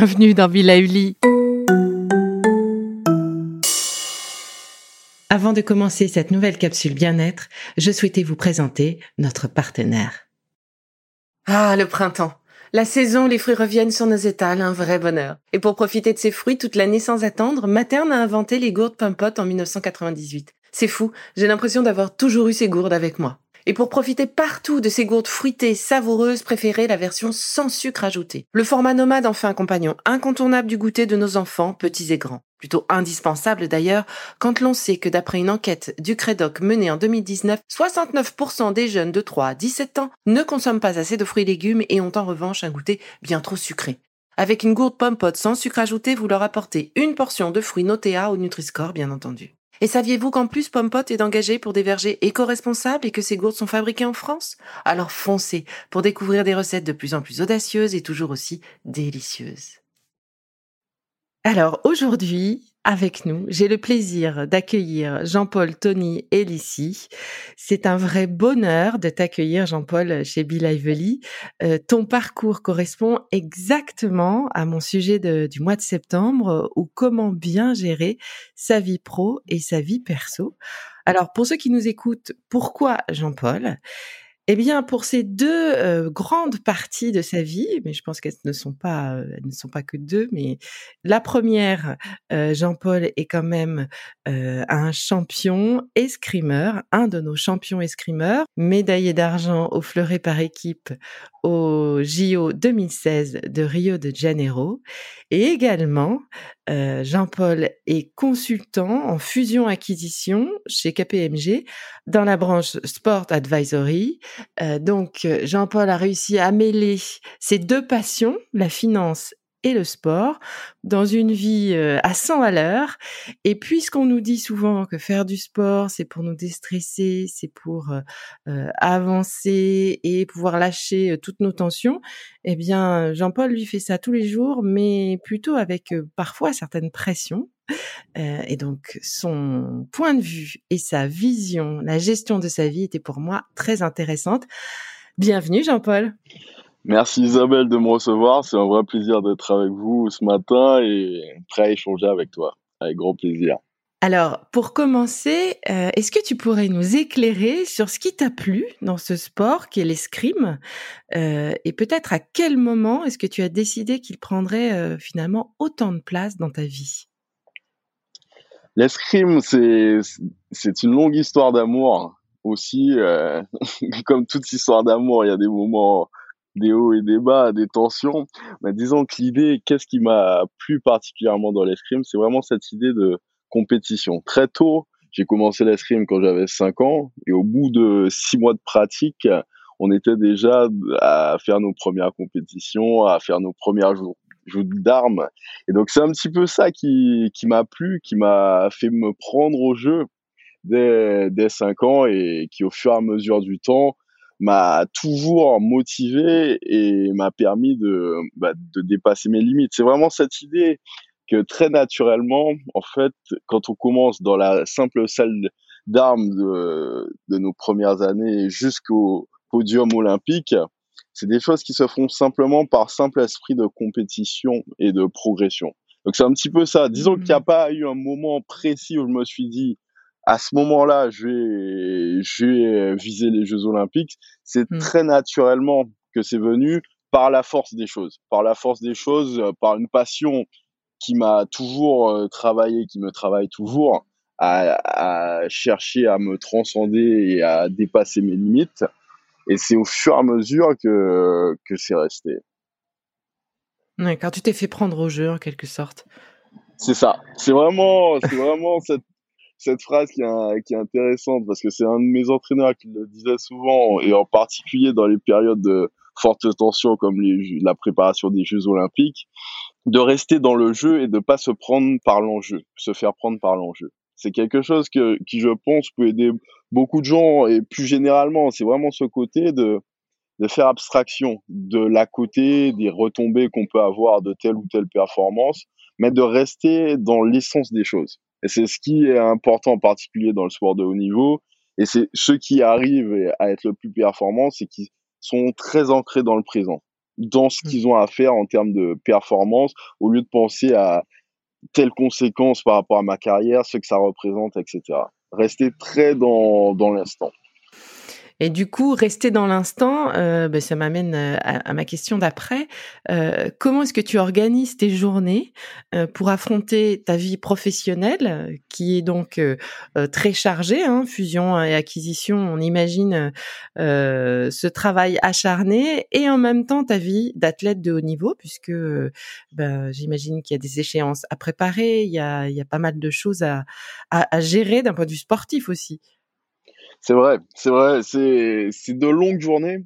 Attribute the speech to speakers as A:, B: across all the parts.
A: bienvenue dans Villa Uli. Avant de commencer cette nouvelle capsule bien-être, je souhaitais vous présenter notre partenaire. Ah, le printemps. La saison où les fruits reviennent sur nos étals, un vrai bonheur. Et pour profiter de ces fruits toute l'année sans attendre, Materne a inventé les gourdes Pumpote en 1998. C'est fou, j'ai l'impression d'avoir toujours eu ces gourdes avec moi. Et pour profiter partout de ces gourdes fruitées, savoureuses, préférez la version sans sucre ajouté. Le format nomade en fait un compagnon incontournable du goûter de nos enfants, petits et grands. Plutôt indispensable d'ailleurs, quand l'on sait que d'après une enquête du Crédoc menée en 2019, 69% des jeunes de 3 à 17 ans ne consomment pas assez de fruits et légumes et ont en revanche un goûter bien trop sucré. Avec une gourde Pumpote sans sucre ajouté, vous leur apportez une portion de fruits Notea au Nutri-Score, bien entendu. Et saviez-vous qu'en plus Pumpote est engagé pour des vergers éco-responsables et que ces gourdes sont fabriquées en France ? Alors foncez pour découvrir des recettes de plus en plus audacieuses et toujours aussi délicieuses. Alors aujourd'hui, avec nous, j'ai le plaisir d'accueillir Jean-Paul, Tony et Lissy. C'est un vrai bonheur de t'accueillir, Jean-Paul, chez Be Lively. Ton parcours correspond exactement à mon sujet du mois de septembre, ou comment bien gérer sa vie pro et sa vie perso. Alors pour ceux qui nous écoutent, pourquoi Jean-Paul ? Eh bien, pour ces deux grandes parties de sa vie, mais je pense qu'elles ne sont pas que deux, mais la première, Jean-Paul est quand même un champion escrimeur, un de nos champions escrimeurs, médaillé d'argent au fleuret par équipe au JO 2016 de Rio de Janeiro. Et également, Jean-Paul est consultant en fusion-acquisition chez KPMG dans la branche Sport Advisory. Donc, Jean-Paul a réussi à mêler ses deux passions, la finance et le sport, dans une vie à 100 à l'heure. Et puisqu'on nous dit souvent que faire du sport, c'est pour nous déstresser, c'est pour avancer et pouvoir lâcher toutes nos tensions, eh bien, Jean-Paul lui fait ça tous les jours, mais plutôt avec parfois certaines pressions. Et donc, son point de vue et sa vision, la gestion de sa vie était pour moi très intéressante. Bienvenue Jean-Paul.
B: Merci Isabelle de me recevoir, c'est un vrai plaisir d'être avec vous ce matin et prêt à échanger avec toi, avec grand plaisir.
A: Alors, pour commencer, est-ce que tu pourrais nous éclairer sur ce qui t'a plu dans ce sport qui est l'escrime, et peut-être à quel moment est-ce que tu as décidé qu'il prendrait finalement autant de place dans ta vie ?
B: L'escrime, c'est une longue histoire d'amour aussi, comme toute histoire d'amour, il y a des moments, des hauts et des bas, des tensions. Mais disons que l'idée, qu'est-ce qui m'a plu particulièrement dans l'escrime, c'est vraiment cette idée de compétition. Très tôt, j'ai commencé l'escrime quand j'avais 5 ans et au bout de 6 mois de pratique, on était déjà à faire nos premières compétitions, à faire nos premières joutes d'armes. Et donc c'est un petit peu ça qui m'a plu, qui m'a fait me prendre au jeu dès 5 ans et qui au fur et à mesure du temps m'a toujours motivé et m'a permis de dépasser mes limites. C'est vraiment cette idée que très naturellement, en fait, quand on commence dans la simple salle d'armes de nos premières années jusqu'au podium olympique, c'est des choses qui se font simplement par simple esprit de compétition et de progression. Donc c'est un petit peu ça. Disons qu'il n'y a pas eu un moment précis où je me suis dit, à ce moment-là, je vais viser les Jeux Olympiques. C'est très naturellement que c'est venu par la force des choses. Par la force des choses, par une passion qui m'a toujours travaillé, qui me travaille toujours, à chercher à me transcender et à dépasser mes limites. Et c'est au fur et à mesure que c'est resté.
A: Ouais, quand tu t'es fait prendre au jeu, en quelque sorte.
B: C'est ça. C'est vraiment cette phrase qui est intéressante parce que c'est un de mes entraîneurs qui le disait souvent et en particulier dans les périodes de forte tension comme la préparation des Jeux Olympiques, de rester dans le jeu et de pas se prendre par l'enjeu, se faire prendre par l'enjeu. C'est quelque chose qui je pense peut aider beaucoup de gens et plus généralement, c'est vraiment ce côté de faire abstraction de l'à côté, des retombées qu'on peut avoir de telle ou telle performance, mais de rester dans l'essence des choses. Et c'est ce qui est important en particulier dans le sport de haut niveau, et c'est ceux qui arrivent à être le plus performants, c'est qui sont très ancrés dans le présent. dans ce
A: Mmh.
B: qu'ils ont à faire en termes de performance, au lieu de penser à telles conséquences par rapport à ma carrière, ce que ça représente, etc. Rester très dans l'instant.
A: Et du coup, rester dans l'instant, ça m'amène, à ma question d'après. Comment est-ce que tu organises tes journées, pour affronter ta vie professionnelle, qui est donc, très chargée, hein, fusion et acquisition, on imagine, ce travail acharné et en même temps ta vie d'athlète de haut niveau puisque, j'imagine qu'il y a des échéances à préparer, il y a pas mal de choses à gérer d'un point de vue sportif aussi?
B: C'est vrai, c'est de longues journées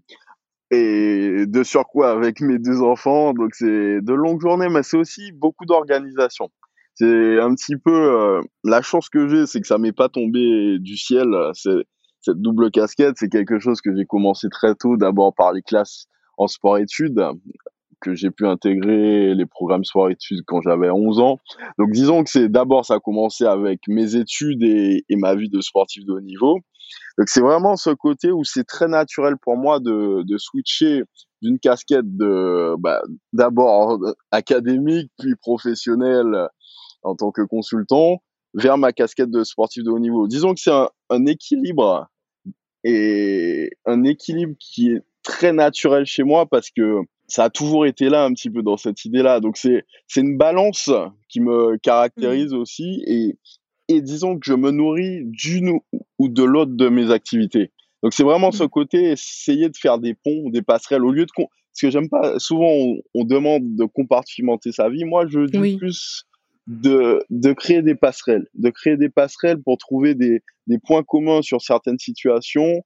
B: et de surcroît avec mes 2 enfants, donc c'est de longues journées, mais c'est aussi beaucoup d'organisation. C'est un petit peu, la chance que j'ai, c'est que ça m'est pas tombé du ciel, c'est cette double casquette, c'est quelque chose que j'ai commencé très tôt, d'abord par les classes en sport-études, que j'ai pu intégrer les programmes sport-études quand j'avais 11 ans. Donc disons que ça a commencé avec mes études et ma vie de sportif de haut niveau. Donc c'est vraiment ce côté où c'est très naturel pour moi de switcher d'une casquette d'abord académique, puis professionnelle en tant que consultant, vers ma casquette de sportif de haut niveau. Disons que c'est un équilibre et un équilibre qui est très naturel chez moi parce que ça a toujours été là un petit peu dans cette idée-là. Donc c'est une balance qui me
A: Mmh.
B: caractérise aussi et disons que je me nourris d'une ou de l'autre de mes activités. Donc c'est vraiment ce
A: Mmh.
B: côté essayer de faire des ponts, des passerelles au lieu de parce que j'aime pas souvent on demande de compartimenter sa vie. Moi, je dis
A: Oui.
B: plus de créer des passerelles pour trouver des points communs sur certaines situations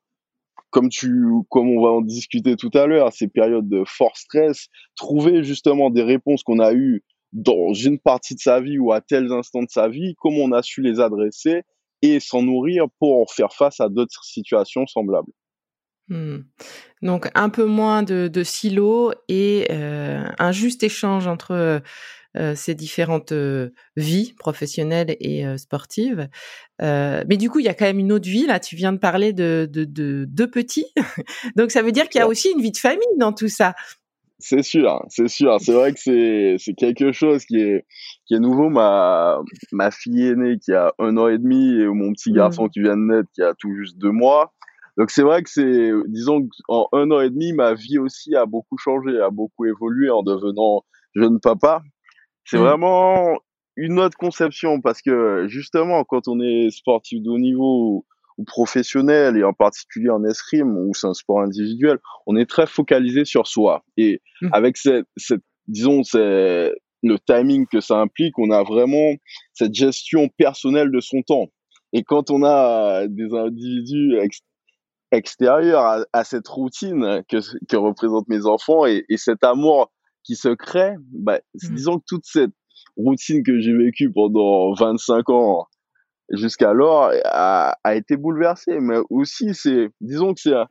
B: comme on va en discuter tout à l'heure, ces périodes de fort stress, trouver justement des réponses qu'on a eues dans une partie de sa vie ou à tels instants de sa vie, comment on a su les adresser et s'en nourrir pour faire face à d'autres situations semblables.
A: Mmh. Donc un peu moins de silos et un juste échange entre, ces différentes, vies professionnelles et sportives. Mais du coup, il y a quand même une autre vie là, tu viens de parler de 2 petits. Donc ça veut dire qu'il y a aussi une vie de famille dans tout ça?
B: C'est sûr, c'est sûr. C'est vrai que c'est quelque chose qui est nouveau. Ma fille aînée qui a 1 an et demi et mon petit garçon
A: Mmh.
B: qui vient de naître qui a tout juste 2 mois. Donc c'est vrai que disons qu'en 1 an et demi, ma vie aussi a beaucoup changé, a beaucoup évolué en devenant jeune papa. C'est
A: Mmh.
B: vraiment une autre conception parce que justement, quand on est sportif de haut niveau ou professionnel et en particulier en escrime où c'est un sport individuel, on est très focalisé sur soi. Et
A: Mmh.
B: avec disons, c'est le timing que ça implique, on a vraiment cette gestion personnelle de son temps. Et quand on a des individus extérieurs à cette routine que représentent mes enfants et cet amour qui se crée,
A: Mmh.
B: disons que toute cette routine que j'ai vécue pendant 25 ans jusqu'alors a été bouleversée. Mais aussi, disons que c'est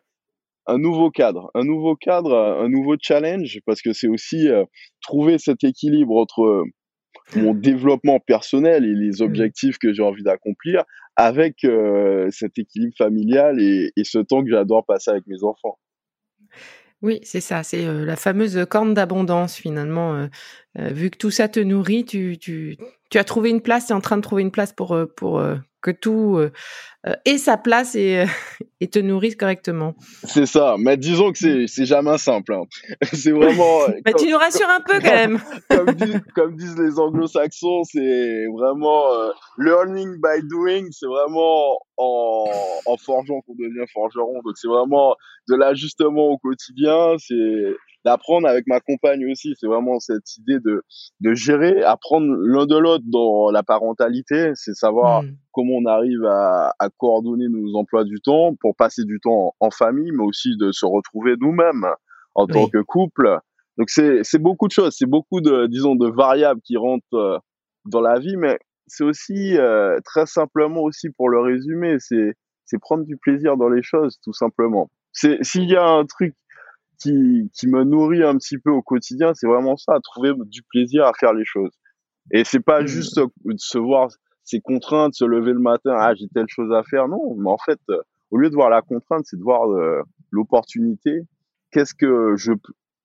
B: un nouveau challenge, parce que c'est aussi trouver cet équilibre entre mon développement personnel et les
A: Mmh.
B: objectifs que j'ai envie d'accomplir avec cet équilibre familial et ce temps que j'adore passer avec mes enfants.
A: Oui, c'est ça, c'est, la fameuse corne d'abondance finalement, vu que tout ça te nourrit, tu as trouvé une place, tu es en train de trouver une place pour, que tout, ait sa place et et te nourrisse correctement.
B: C'est ça, mais disons que
A: Mmh.
B: c'est jamais simple, hein. C'est vraiment,
A: Bah, tu nous rassures un peu quand
B: comme
A: même.
B: comme disent les anglo-saxons, c'est vraiment, learning by doing, c'est vraiment en forgeant qu'on devient forgeron. Donc c'est vraiment de l'ajustement au quotidien, c'est d'apprendre avec ma compagne aussi. C'est vraiment cette idée de gérer, apprendre l'un de l'autre dans la parentalité, c'est savoir
A: Mmh.
B: comment on arrive à coordonner nos emplois du temps pour passer du temps en famille, mais aussi de se retrouver nous-mêmes en tant
A: Oui.
B: que couple. Donc c'est beaucoup de choses, c'est beaucoup de disons de variables qui rentrent dans la vie, mais c'est aussi très simplement aussi pour le résumer, c'est prendre du plaisir dans les choses tout simplement. C'est s'il y a un truc qui me nourrit un petit peu au quotidien, c'est vraiment ça, trouver du plaisir à faire les choses. Et c'est pas juste
A: Mmh.
B: de se voir ces contraintes, se lever le matin, ah j'ai telle chose à faire. Non, mais en fait, au lieu de voir la contrainte, c'est de voir l'opportunité. Qu'est-ce que je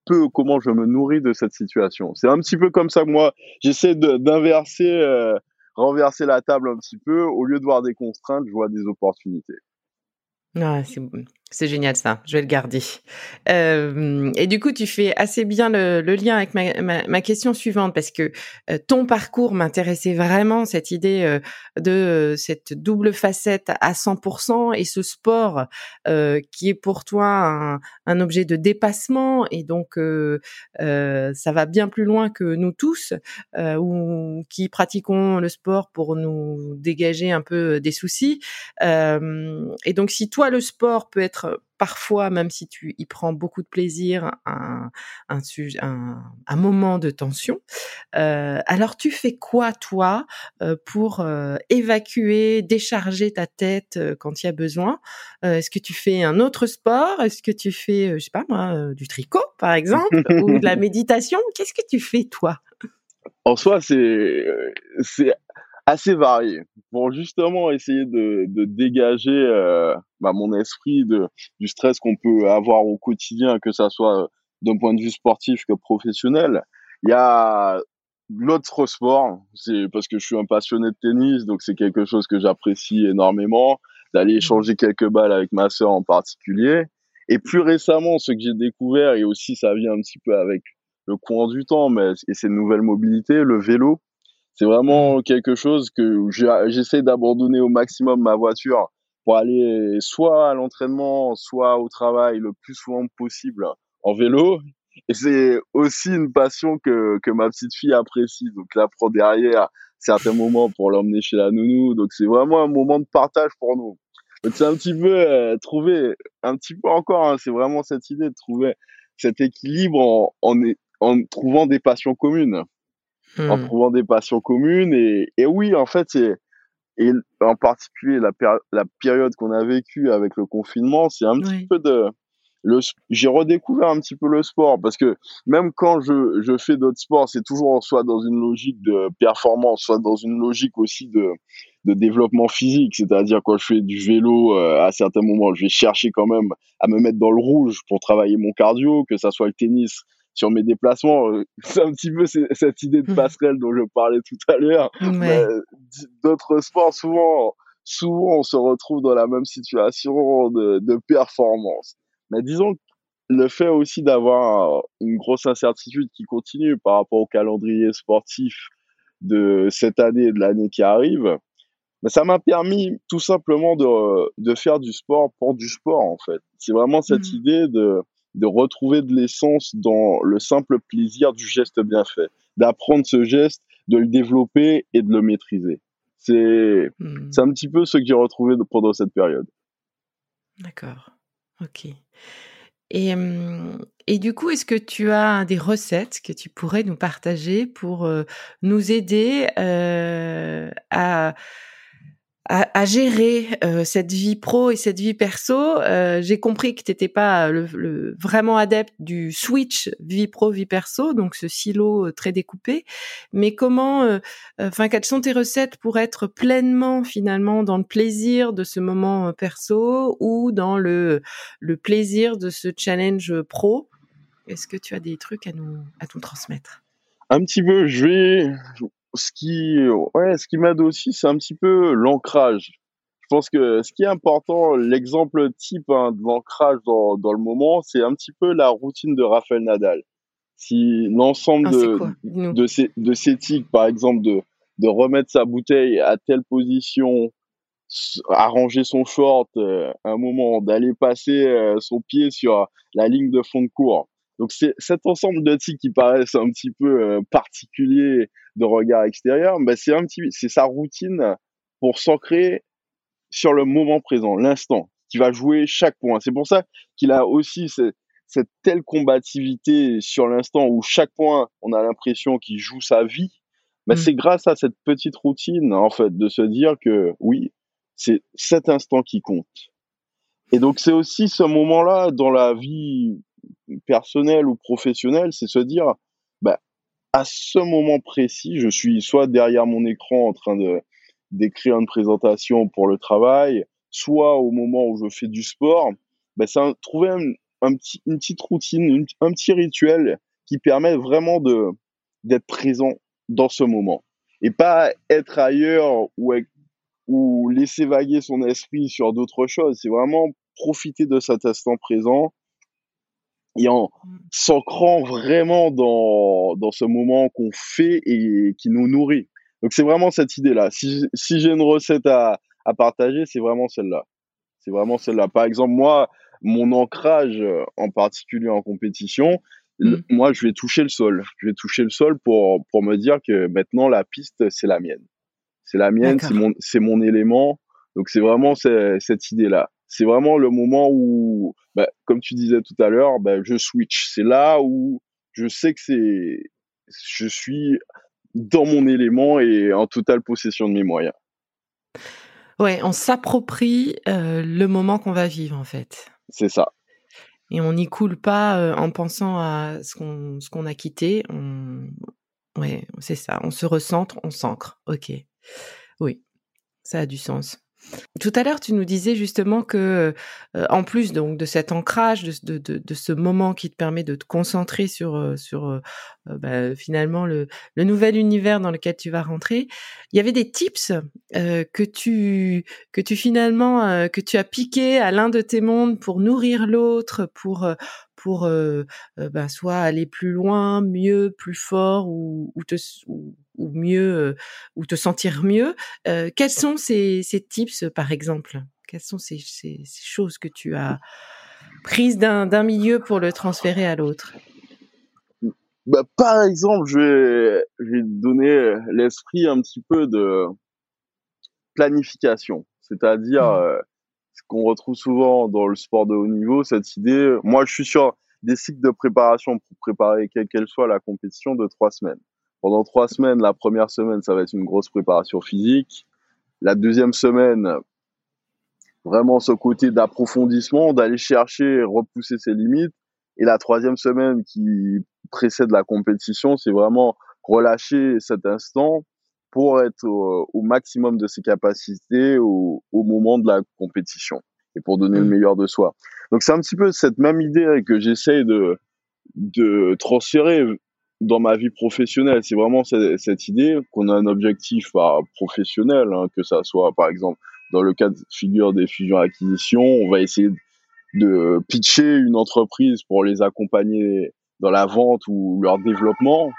B: peu comment je me nourris de cette situation. C'est un petit peu comme ça que moi, j'essaie d'inverser, renverser la table un petit peu. Au lieu de voir des contraintes, je vois des opportunités.
A: Ah, c'est génial ça, je vais le garder. Et du coup, tu fais assez bien le lien avec ma question suivante parce que, ton parcours m'intéressait vraiment, cette idée, de, cette double facette à 100 et ce sport, qui est pour toi un objet de dépassement et donc ça va bien plus loin que nous tous, ou qui pratiquons le sport pour nous dégager un peu des soucis. Et donc, si toi, le sport peut être parfois, même si tu y prends beaucoup de plaisir, un moment de tension, alors tu fais quoi, toi, pour évacuer, décharger ta tête quand il y a besoin? Est-ce que tu fais un autre sport? Est-ce que tu fais, je sais pas moi, du tricot, par exemple, ou de la méditation? Qu'est-ce que tu fais, toi?
B: En soi, c'est assez varié pour justement essayer de dégager mon esprit du stress qu'on peut avoir au quotidien, que ça soit d'un point de vue sportif que professionnel. Il y a l'autre sport, c'est parce que je suis un passionné de tennis, donc c'est quelque chose que j'apprécie énormément, d'aller
A: Mmh.
B: échanger quelques balles avec ma sœur en particulier. Et plus récemment, ce que j'ai découvert, et aussi ça vient un petit peu avec le courant du temps, mais et ces nouvelles mobilités, le vélo, c'est
A: Mmh.
B: vraiment quelque chose que j'essaie d'abandonner au maximum ma voiture pour aller soit à l'entraînement, soit au travail le plus souvent possible en vélo. Et c'est aussi une passion que ma petite fille apprécie. Donc là, prend derrière certains moments pour l'emmener chez la nounou. Donc c'est vraiment un moment de partage pour nous. Donc c'est un petit peu trouver, un petit peu encore, hein, c'est vraiment cette idée de trouver cet équilibre en trouvant des passions communes,
A: Mmh.
B: et oui, en fait, et en particulier la période qu'on a vécue avec le confinement, c'est un petit
A: Ouais.
B: peu j'ai redécouvert un petit peu le sport parce que même quand je fais d'autres sports, c'est toujours soit dans une logique de performance, soit dans une logique aussi de développement physique. C'est-à-dire quand je fais du vélo, à certains moments, je vais chercher quand même à me mettre dans le rouge pour travailler mon cardio, que ça soit le tennis sur mes déplacements. C'est un petit peu cette idée de
A: Mmh.
B: passerelle dont je parlais tout à l'heure. Mais
A: Ouais.
B: d'autres sports, souvent, on se retrouve dans la même situation de performance. Mais disons que le fait aussi d'avoir une grosse incertitude qui continue par rapport au calendrier sportif de cette année et de l'année qui arrive, mais ça m'a permis tout simplement de faire du sport pour du sport, en fait. C'est vraiment cette
A: Mmh.
B: idée de retrouver de l'essence dans le simple plaisir du geste bien fait, d'apprendre ce geste, de le développer et de le maîtriser. C'est,
A: Mmh.
B: c'est un petit peu ce que j'ai retrouvé pendant cette période.
A: D'accord. OK. Et du coup, est-ce que tu as des recettes que tu pourrais nous partager pour, nous aider, à gérer, cette vie pro et cette vie perso? J'ai compris que tu étais pas le vraiment adepte du switch vie pro, vie perso, donc ce silo, très découpé. Mais comment, enfin, quelles sont tes recettes pour être pleinement, finalement, dans le plaisir de ce moment, perso ou dans le plaisir de ce challenge, pro? Est-ce que tu as des trucs à nous transmettre?
B: Un petit peu, ce qui m'aide aussi, c'est un petit peu l'ancrage. Je pense que ce qui est important, l'exemple type, hein, de l'ancrage dans le moment, c'est un petit peu la routine de Rafael Nadal. Si l'ensemble
A: Ah, c'est quoi? Dis-nous.
B: de ces tics, par exemple, de remettre sa bouteille à telle position, arranger son short, un moment, d'aller passer son pied sur la ligne de fond de cours. Donc c'est cet ensemble de tics qui paraissent un petit peu particuliers de regard extérieur, mais c'est sa routine pour s'ancrer sur le moment présent, l'instant, qui va jouer chaque point. C'est pour ça qu'il a aussi cette telle combativité sur l'instant où chaque point, on a l'impression qu'il joue sa vie. Mais
A: Mmh.
B: c'est grâce à cette petite routine, en fait, de se dire que oui, c'est cet instant qui compte. Et donc, c'est aussi ce moment-là dans la vie personnelle ou professionnelle, c'est se dire, bah, à ce moment précis, je suis soit derrière mon écran en train d'écrire une présentation pour le travail, soit au moment où je fais du sport, trouver une petite routine, un petit rituel qui permet vraiment d'être présent dans ce moment et pas être ailleurs ou laisser vaguer son esprit sur d'autres choses. C'est vraiment profiter de cet instant présent et en
A: Mmh.
B: s'ancrant vraiment dans ce moment qu'on fait et qui nous nourrit. Donc c'est vraiment cette idée-là. Si j'ai une recette à partager, c'est vraiment celle-là. C'est vraiment celle-là. Par exemple, moi, mon ancrage, en particulier en compétition,
A: Mmh.
B: moi, je vais toucher le sol. Je vais toucher le sol pour me dire que maintenant, la piste, c'est la mienne. C'est la mienne,
A: D'accord.
B: c'est mon élément. Donc, c'est vraiment cette idée-là. C'est vraiment le moment où, bah, comme tu disais tout à l'heure, bah, je switch. C'est là où je sais que je suis dans mon élément et en totale possession de mes moyens.
A: Ouais, on s'approprie, le moment qu'on va vivre, en fait,
B: C'est ça.
A: et on n'y coule pas, en pensant à ce qu'on a quitté. Ouais, c'est ça, on se recentre, on s'ancre. OK. Oui, ça a du sens. Tout à l'heure, tu nous disais justement que, en plus donc de cet ancrage, de ce moment qui te permet de te concentrer finalement le nouvel univers dans lequel tu vas rentrer, il y avait des tips, que tu finalement, que tu as piqués à l'un de tes mondes pour nourrir l'autre, pour soit aller plus loin, mieux, plus fort ou mieux, ou te sentir mieux. Quels sont ces tips, par exemple? Quelles sont ces choses que tu as prises d'un milieu pour le transférer à l'autre?
B: Bah, par exemple, je vais te donner l'esprit un petit peu de planification. C'est-à-dire,
A: Mmh.
B: ce qu'on retrouve souvent dans le sport de haut niveau, cette idée. Moi, je suis sur des cycles de préparation pour préparer quelle qu'elle soit la compétition de 3 semaines. Pendant 3 semaines, la première semaine, ça va être une grosse préparation physique. La deuxième semaine, vraiment ce côté d'approfondissement, d'aller chercher, repousser ses limites. Et la troisième semaine qui précède la compétition, c'est vraiment relâcher cet instant pour être au maximum de ses capacités au moment de la compétition et pour donner le
A: Mmh.
B: meilleur de soi. Donc c'est un petit peu cette même idée que j'essaye de transférer dans ma vie professionnelle. C'est vraiment cette idée qu'on a un objectif professionnel, hein, que ça soit par exemple dans le cas de figure des fusions-acquisitions, on va essayer de pitcher une entreprise pour les accompagner dans la vente ou leur développement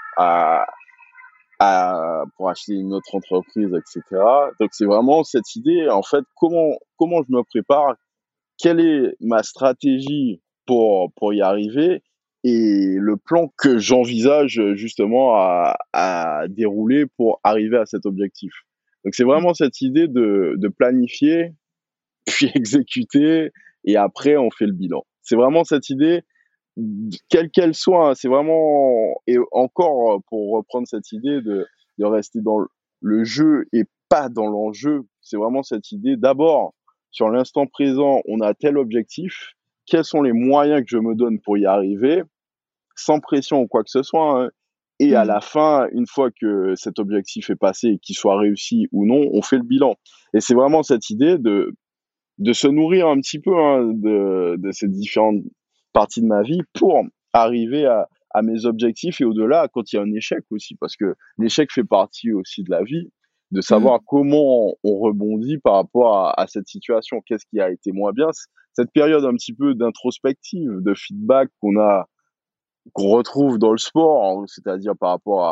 B: pour acheter une autre entreprise, etc. Donc c'est vraiment cette idée, en fait, comment je me prépare, quelle est ma stratégie pour y arriver et le plan que j'envisage justement à dérouler pour arriver à cet objectif. Donc c'est
A: Mmh.
B: vraiment cette idée de planifier, puis exécuter, et après on fait le bilan. C'est vraiment cette idée, quelle qu'elle soit, hein, c'est vraiment, et encore pour reprendre cette idée de rester dans le jeu et pas dans l'enjeu, c'est vraiment cette idée d'abord, sur l'instant présent, on a tel objectif, quels sont les moyens que je me donne pour y arriver, sans pression ou quoi que ce soit, hein. Et à
A: Mmh.
B: la fin, une fois que cet objectif est passé et qu'il soit réussi ou non, on fait le bilan. Et c'est vraiment cette idée de se nourrir un petit peu, hein, de ces différentes parties de ma vie pour arriver à mes objectifs et au-delà quand il y a un échec aussi, parce que l'échec fait partie aussi de la vie, de
A: Mmh.
B: savoir comment on rebondit par rapport à cette situation, qu'est-ce qui a été moins bien. Cette période un petit peu d'introspective, de feedback qu'on retrouve dans le sport, hein, c'est-à-dire par rapport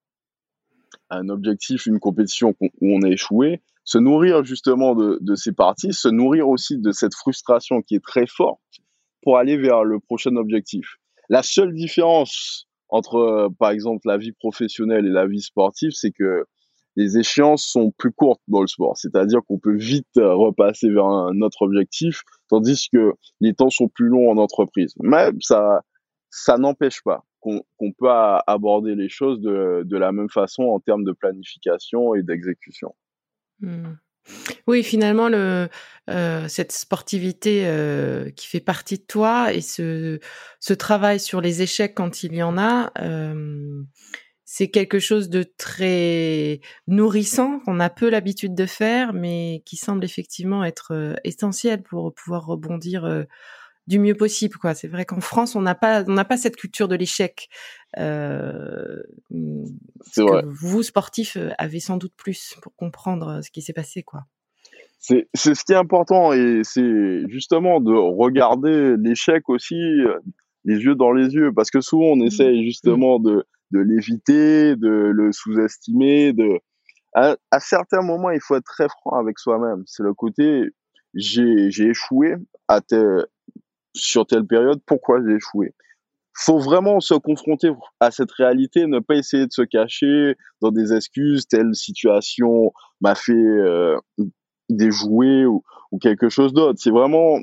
B: à un objectif, une compétition où on a échoué, se nourrir justement de ces parties, se nourrir aussi de cette frustration qui est très forte pour aller vers le prochain objectif. La seule différence entre, par exemple, la vie professionnelle et la vie sportive, c'est que les échéances sont plus courtes dans le sport. C'est-à-dire qu'on peut vite repasser vers un autre objectif, tandis que les temps sont plus longs en entreprise. Mais ça n'empêche pas qu'on peut aborder les choses de la même façon en termes de planification et d'exécution.
A: Mmh. Oui, finalement, cette sportivité, qui fait partie de toi et ce travail sur les échecs quand il y en a, c'est quelque chose de très nourrissant, qu'on a peu l'habitude de faire, mais qui semble effectivement être, essentiel pour pouvoir rebondir, du mieux possible, quoi. C'est vrai qu'en France, on n'a pas cette culture de l'échec,
B: C'est
A: ce que
B: vrai.
A: vous, sportifs, avez sans doute plus pour comprendre ce qui s'est passé, quoi.
B: C'est ce qui est important et c'est justement de regarder l'échec aussi les yeux dans les yeux parce que souvent on
A: Mmh.
B: essaye
A: Mmh.
B: justement de l'éviter, de le sous-estimer, à certains moments il faut être très franc avec soi-même. C'est le côté j'ai échoué à sur telle période, pourquoi j'ai échoué? Faut vraiment se confronter à cette réalité, ne pas essayer de se cacher dans des excuses, telle situation m'a fait déjouer ou quelque chose d'autre. C'est vraiment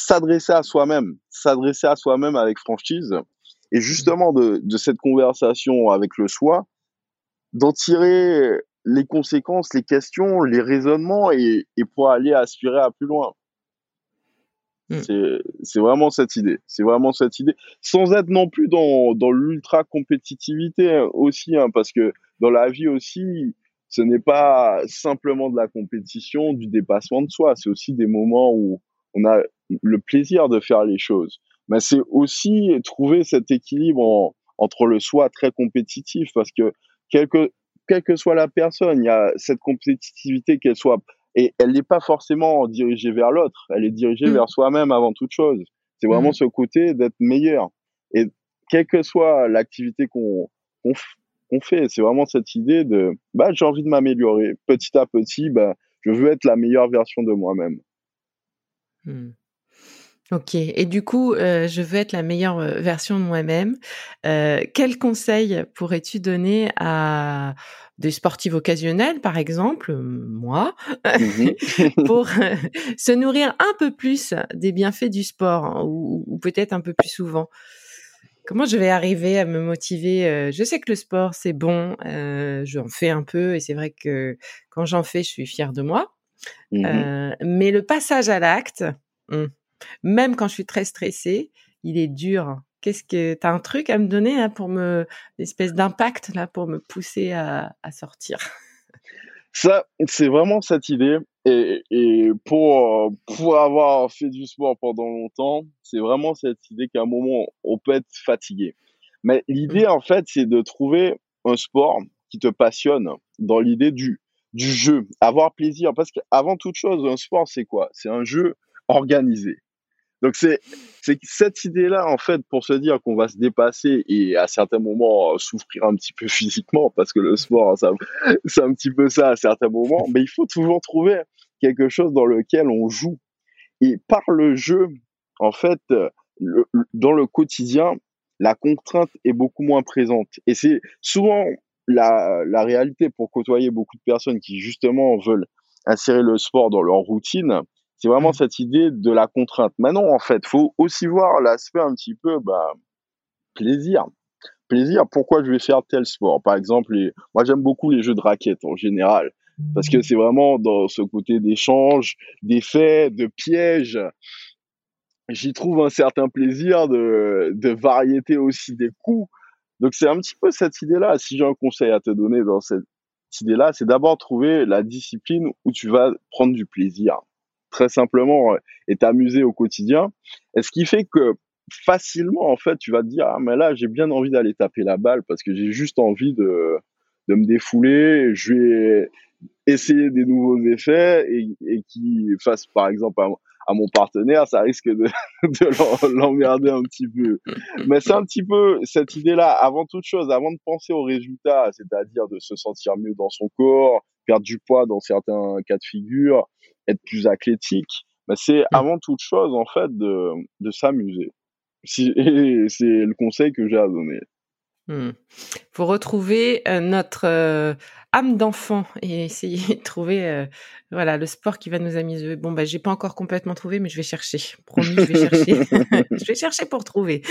B: s'adresser à soi-même avec franchise et
A: Mmh.
B: justement de cette conversation avec le soi, d'en tirer les conséquences, les questions, les raisonnements et pour aller aspirer à plus loin.
A: Mmh.
B: C'est vraiment cette idée. C'est vraiment cette idée. Sans être non plus dans l'ultra compétitivité aussi, hein, parce que dans la vie aussi, ce n'est pas simplement de la compétition, du dépassement de soi. C'est aussi des moments où on a le plaisir de faire les choses. Mais c'est aussi trouver cet équilibre entre le soi très compétitif, parce que quelle que, quelle que soit la personne, il y a cette compétitivité, qu'elle soit et elle n'est pas forcément dirigée vers l'autre, elle est dirigée
A: Mmh.
B: vers soi-même avant toute chose. C'est vraiment
A: Mmh.
B: ce côté d'être meilleur. Et quelle que soit l'activité qu'on f- qu'on fait, c'est vraiment cette idée de bah j'ai envie de m'améliorer petit à petit, bah je veux être la meilleure version de moi-même.
A: Mmh. OK, et du coup, je veux être la meilleure, version de moi-même. Quels conseils pourrais-tu donner à des sportifs occasionnels, par exemple, moi,
B: Mhm.
A: pour, se nourrir un peu plus des bienfaits du sport, hein, ou peut-être un peu plus souvent? Comment je vais arriver à me motiver? Je sais que le sport, c'est bon, j'en fais un peu et c'est vrai que quand j'en fais, je suis fière de moi.
B: Mhm.
A: Mais le passage à l'acte, mmh, même quand je suis très stressée, il est dur. Qu'est-ce que tu as un truc à me donner là pour me une espèce d'impact là pour me pousser à sortir?
B: Ça, c'est vraiment cette idée. Et pour avoir fait du sport pendant longtemps, c'est vraiment cette idée qu'à un moment, on peut être fatigué. Mais
A: Mmh.
B: l'idée, en fait, c'est de trouver un sport qui te passionne dans l'idée du jeu, avoir plaisir. Parce qu'avant toute chose, un sport, c'est quoi? C'est un jeu organisé. Donc c'est cette idée-là en fait pour se dire qu'on va se dépasser et à certains moments souffrir un petit peu physiquement parce que le sport ça c'est un petit peu ça à certains moments, mais il faut toujours trouver quelque chose dans lequel on joue et par le jeu en fait dans le quotidien la contrainte est beaucoup moins présente et c'est souvent la réalité pour côtoyer beaucoup de personnes qui justement veulent insérer le sport dans leur routine, c'est vraiment
A: Mmh.
B: cette idée de la contrainte. Maintenant, en fait, faut aussi voir l'aspect un petit peu, bah, plaisir. Plaisir, pourquoi je vais faire tel sport? Par exemple, moi j'aime beaucoup les jeux de raquettes en général, parce que c'est vraiment dans ce côté d'échange, d'effets, de pièges. J'y trouve un certain plaisir de variété aussi des coups. Donc c'est un petit peu cette idée-là. Si j'ai un conseil à te donner dans cette idée-là, c'est d'abord trouver la discipline où tu vas prendre du plaisir, très simplement, et t'amuser au quotidien. Et ce qui fait que facilement, en fait, tu vas te dire, ah mais là j'ai bien envie d'aller taper la balle parce que j'ai juste envie de me défouler. Je vais essayer des nouveaux effets et qui fassent par exemple à mon partenaire, ça risque de l'emmerder un petit peu. Mais c'est un petit peu cette idée-là, avant toute chose, avant de penser au résultat, c'est-à-dire de se sentir mieux dans son corps, perdre du poids dans certains cas de figure, être plus athlétique, mais c'est
A: Mmh.
B: avant toute chose en fait de s'amuser. Et c'est le conseil que j'ai à donner.
A: Mmh. Faut retrouver, notre, âme d'enfant et essayer de trouver, voilà, le sport qui va nous amuser. Bon, bah, j'ai pas encore complètement trouvé, mais je vais chercher. Promis, je vais chercher. Je vais chercher pour trouver.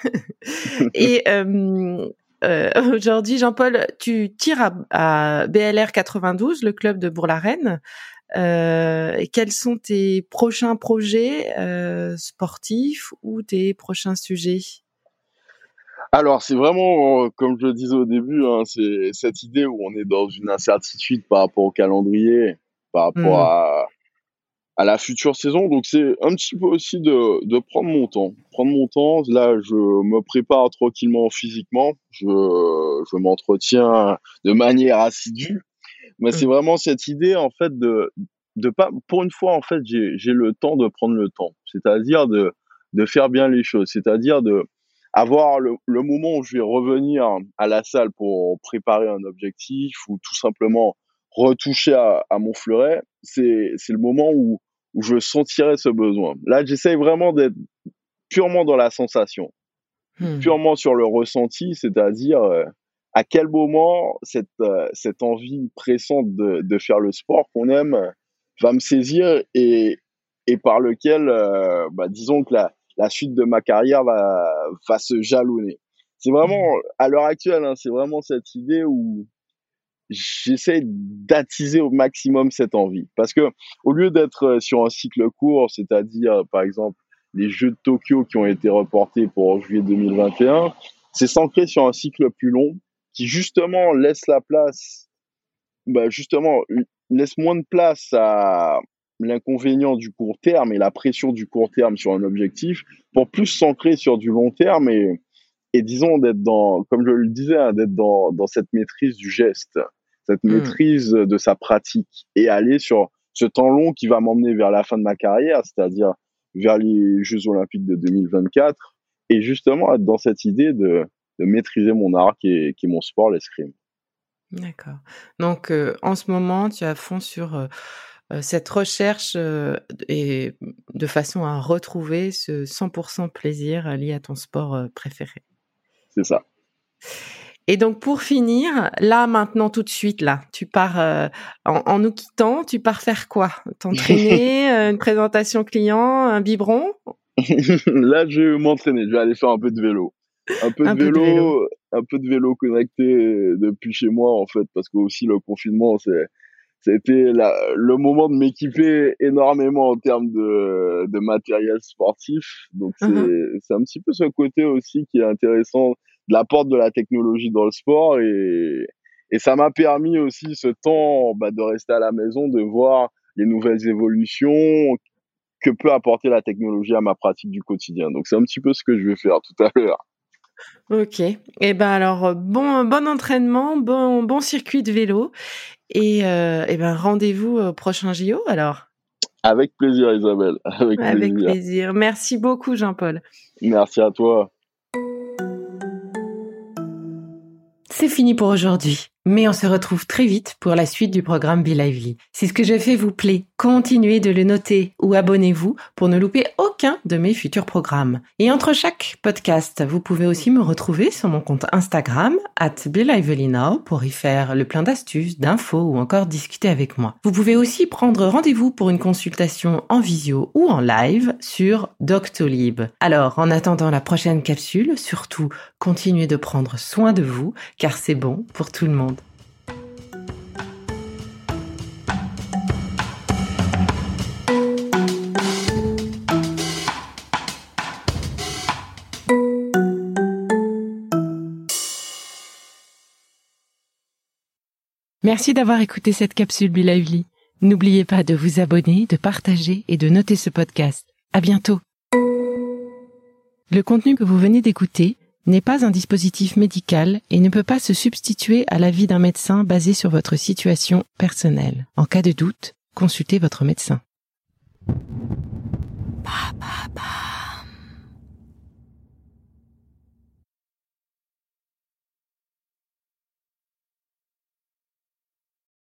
A: Et aujourd'hui, Jean-Paul, tu tires à BLR 92, le club de Bourg-la-Reine. Et quels sont tes prochains projets, sportifs ou tes prochains sujets?
B: Alors, c'est vraiment, comme je le disais au début, hein, c'est cette idée où on est dans une incertitude par rapport au calendrier, par rapport
A: Mmh.
B: à à la future saison. Donc c'est un petit peu aussi de prendre mon temps. Prendre mon temps. Là, je me prépare tranquillement physiquement. Je m'entretiens de manière assidue. Mais c'est
A: Mmh.
B: vraiment cette idée, en fait, de pas, pour une fois, en fait, j'ai le temps de prendre le temps. C'est-à-dire de faire bien les choses. C'est-à-dire de avoir le moment où je vais revenir à la salle pour préparer un objectif ou tout simplement retoucher à mon fleuret. C'est le moment où je sentirai ce besoin. Là, j'essaye vraiment d'être purement dans la sensation,
A: Mmh.
B: purement sur le ressenti, c'est-à-dire à quel moment cette envie pressante de faire le sport qu'on aime va me saisir et par lequel, disons que la suite de ma carrière va se jalonner. C'est vraiment,
A: Mmh.
B: à l'heure actuelle, hein, c'est vraiment cette idée où j'essaie d'attiser au maximum cette envie. Parce que au lieu d'être sur un cycle court, c'est-à-dire, par exemple, les Jeux de Tokyo qui ont été reportés pour juillet 2021, c'est s'ancrer sur un cycle plus long qui justement laisse la place, laisse moins de place à l'inconvénient du court terme et la pression du court terme sur un objectif pour plus s'ancrer sur du long terme et disons d'être dans, comme je le disais, hein, d'être dans cette maîtrise du geste, cette
A: Mmh.
B: maîtrise de sa pratique et aller sur ce temps long qui va m'emmener vers la fin de ma carrière, c'est-à-dire vers les Jeux Olympiques de 2024 et justement être dans cette idée de maîtriser mon art qui est mon sport, l'escrime.
A: D'accord. Donc, en ce moment, tu es à fond sur, cette recherche, et de façon à retrouver ce 100 plaisir, lié à ton sport, préféré.
B: C'est ça.
A: Et donc pour finir, là, maintenant, tout de suite, là, tu pars, en nous quittant, tu pars faire quoi? T'entraîner, une présentation client, un biberon?
B: Là, je vais m'entraîner, je vais aller faire un peu de vélo.
A: Un peu de vélo.
B: Un peu de vélo connecté depuis chez moi, en fait, parce que aussi le confinement, ça a été le moment de m'équiper énormément en termes de matériel sportif. Donc
A: Mmh mh.
B: c'est un petit peu ce côté aussi qui est intéressant de l'apport de la technologie dans le sport et ça m'a permis aussi ce temps de rester à la maison, de voir les nouvelles évolutions que peut apporter la technologie à ma pratique du quotidien. Donc c'est un petit peu ce que je vais faire tout à l'heure.
A: OK. Et ben, alors, bon entraînement, bon circuit de vélo et ben, rendez-vous au prochain JO alors.
B: Avec plaisir Isabelle, avec
A: Avec
B: plaisir.
A: plaisir. Merci beaucoup Jean-Paul.
B: Merci à toi.
A: C'est fini pour aujourd'hui, mais on se retrouve très vite pour la suite du programme Be Lively. Si ce que je fais vous plaît, continuez de le noter ou abonnez-vous pour ne louper aucun de mes futurs programmes. Et entre chaque podcast, vous pouvez aussi me retrouver sur mon compte Instagram @BeLivelyNow pour y faire le plein d'astuces, d'infos ou encore discuter avec moi. Vous pouvez aussi prendre rendez-vous pour une consultation en visio ou en live sur Doctolib. Alors, en attendant la prochaine capsule, surtout, continuez de prendre soin de vous car c'est bon pour tout le monde. Merci d'avoir écouté cette capsule Be Lively. N'oubliez pas de vous abonner, de partager et de noter ce podcast. À bientôt. Le contenu que vous venez d'écouter n'est pas un dispositif médical et ne peut pas se substituer à l'avis d'un médecin basé sur votre situation personnelle. En cas de doute, consultez votre médecin.